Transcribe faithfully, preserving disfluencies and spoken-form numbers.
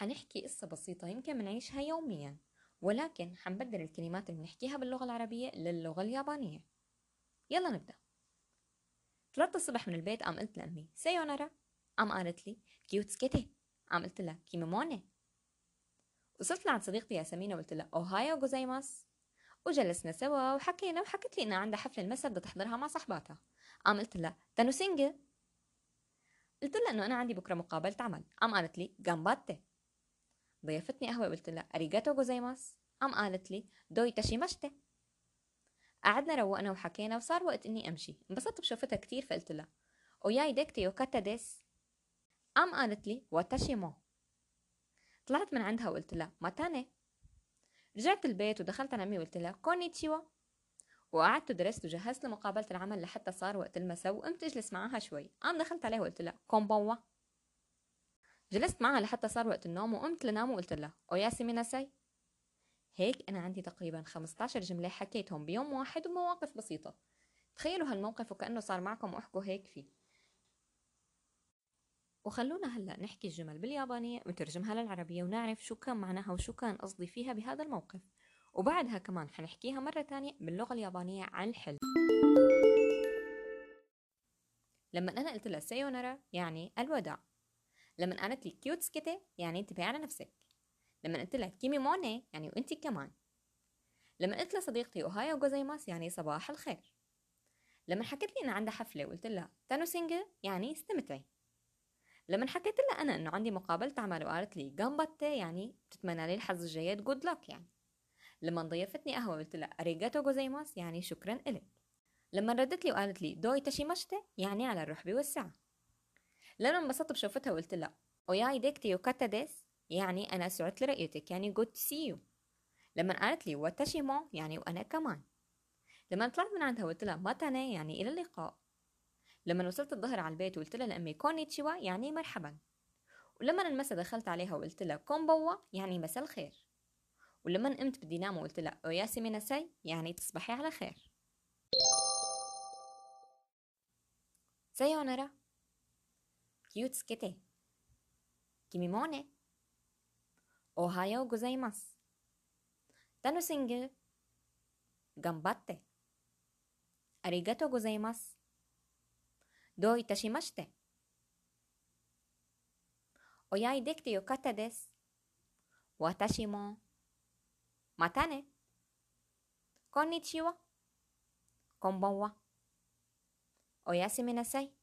حنحكي قصة بسيطة يمكن منعيشها يوميا، ولكن حنبدل الكلمات اللي بنحكيها باللغة العربية للغة اليابانية. يلا نبدأ. طلعت الصبح من البيت، قام قلت لأمي سايونارا، قام قالت لي كيوتسكيتي، قام قلت لها كيميموني. وصلت لعند صديقتي ياسمين وقلت لها اوهايو جوزايماس، وجلسنا سوا وحكينا، وحكت لي انها عندها حفلة المسا بدها تحضرها مع صحباتها. قام قلت لها تانوسينجي. قلت لها انه انا عندي بكره مقابلة عمل، قام قالت لي جامباتي. ضيفتني قهوة، قلت لها أريجاتو جوزايماس، قام قالت لي دوي تاشيماشتي. قعدنا روقنا وحكينا وصار وقت إني أمشي. انبسطت بشوفتها كتير فقلت لها أوياي ديك تيوكاتا ديس، قام قالت لي واتاشي مو. طلعت من عندها وقلت لها ماتاني. رجعت البيت ودخلت على أمي وقلت لها كونيتشيوا، وقعدت ودرست وجهزت لمقابلة العمل لحتى صار وقت المساء وقمت أجلس معها شوي. قام دخلت عليها وقلت لها كومبوا. جلست معها لحتى صار وقت النوم وقمت لنام وقلت لها أوياسي ميناساي. هيك أنا عندي تقريبا خمسة عشر جملة حكيتهم بيوم واحد ومواقف بسيطة. تخيلوا هالموقف وكأنه صار معكم واحكوا هيك فيه. وخلونا هلأ نحكي الجمل باليابانية ونترجمها للعربية ونعرف شو كان معناها وشو كان قصدي فيها بهذا الموقف. وبعدها كمان حنحكيها مرة تانية باللغة اليابانية عن الحلم. لما أنا قلت لها سايونارا يعني الوداع. لما قالت لي كيوتسكيتي يعني انتبهي على نفسك. لما قلت لها كيمي موني يعني وانتي كمان. لما قلت لصديقتي اوهايو جوزايماس يعني صباح الخير. لما حكت لي انها عندها حفله وقلت لها تانوسينجي يعني استمتعي. لما حكيت لها انا انه عندي مقابله عمل وقالت لي جامباتي يعني بتتمنى لي الحظ الجيد، جود لك يعني. لما ضيفتني قهوه قلت لها اريجاتو جوزايماس يعني شكرا الك. لما ردت لي وقالت لي دوي تاشيماشتي يعني على الرحب والسعه. لما انبسطت بشوفتها وقلت لها اوياي ديك يوكاتا ديس يعني انا سعدت لرؤيتك يعني جود تو سي يو. لما قالت لي واتاشيمو يعني وانا كمان. لما طلعت من عندها وقلت لها ماتاني يعني الى اللقاء. لما وصلت الظهر على البيت وقلت لها لأمي كونيتشيوا يعني مرحبا. ولما المسا دخلت عليها وقلت لها كومبوا يعني مساء الخير. ولما قمت بدي نام وقلت لها اوياسي ميناساي يعني تصبحي على خير. سايونارا، كيوتسكيتي، كيميموني، اوهايو جوزايماس، تانوسينجل، جامباتي، اريجاتو جوزايماس، دوي تاشيماشتي، اوياي ديكتي يوكاتا ديس، واتاشي مو ماتاني، كونيتشيوا، كومبوا، اوياسي ميناساي.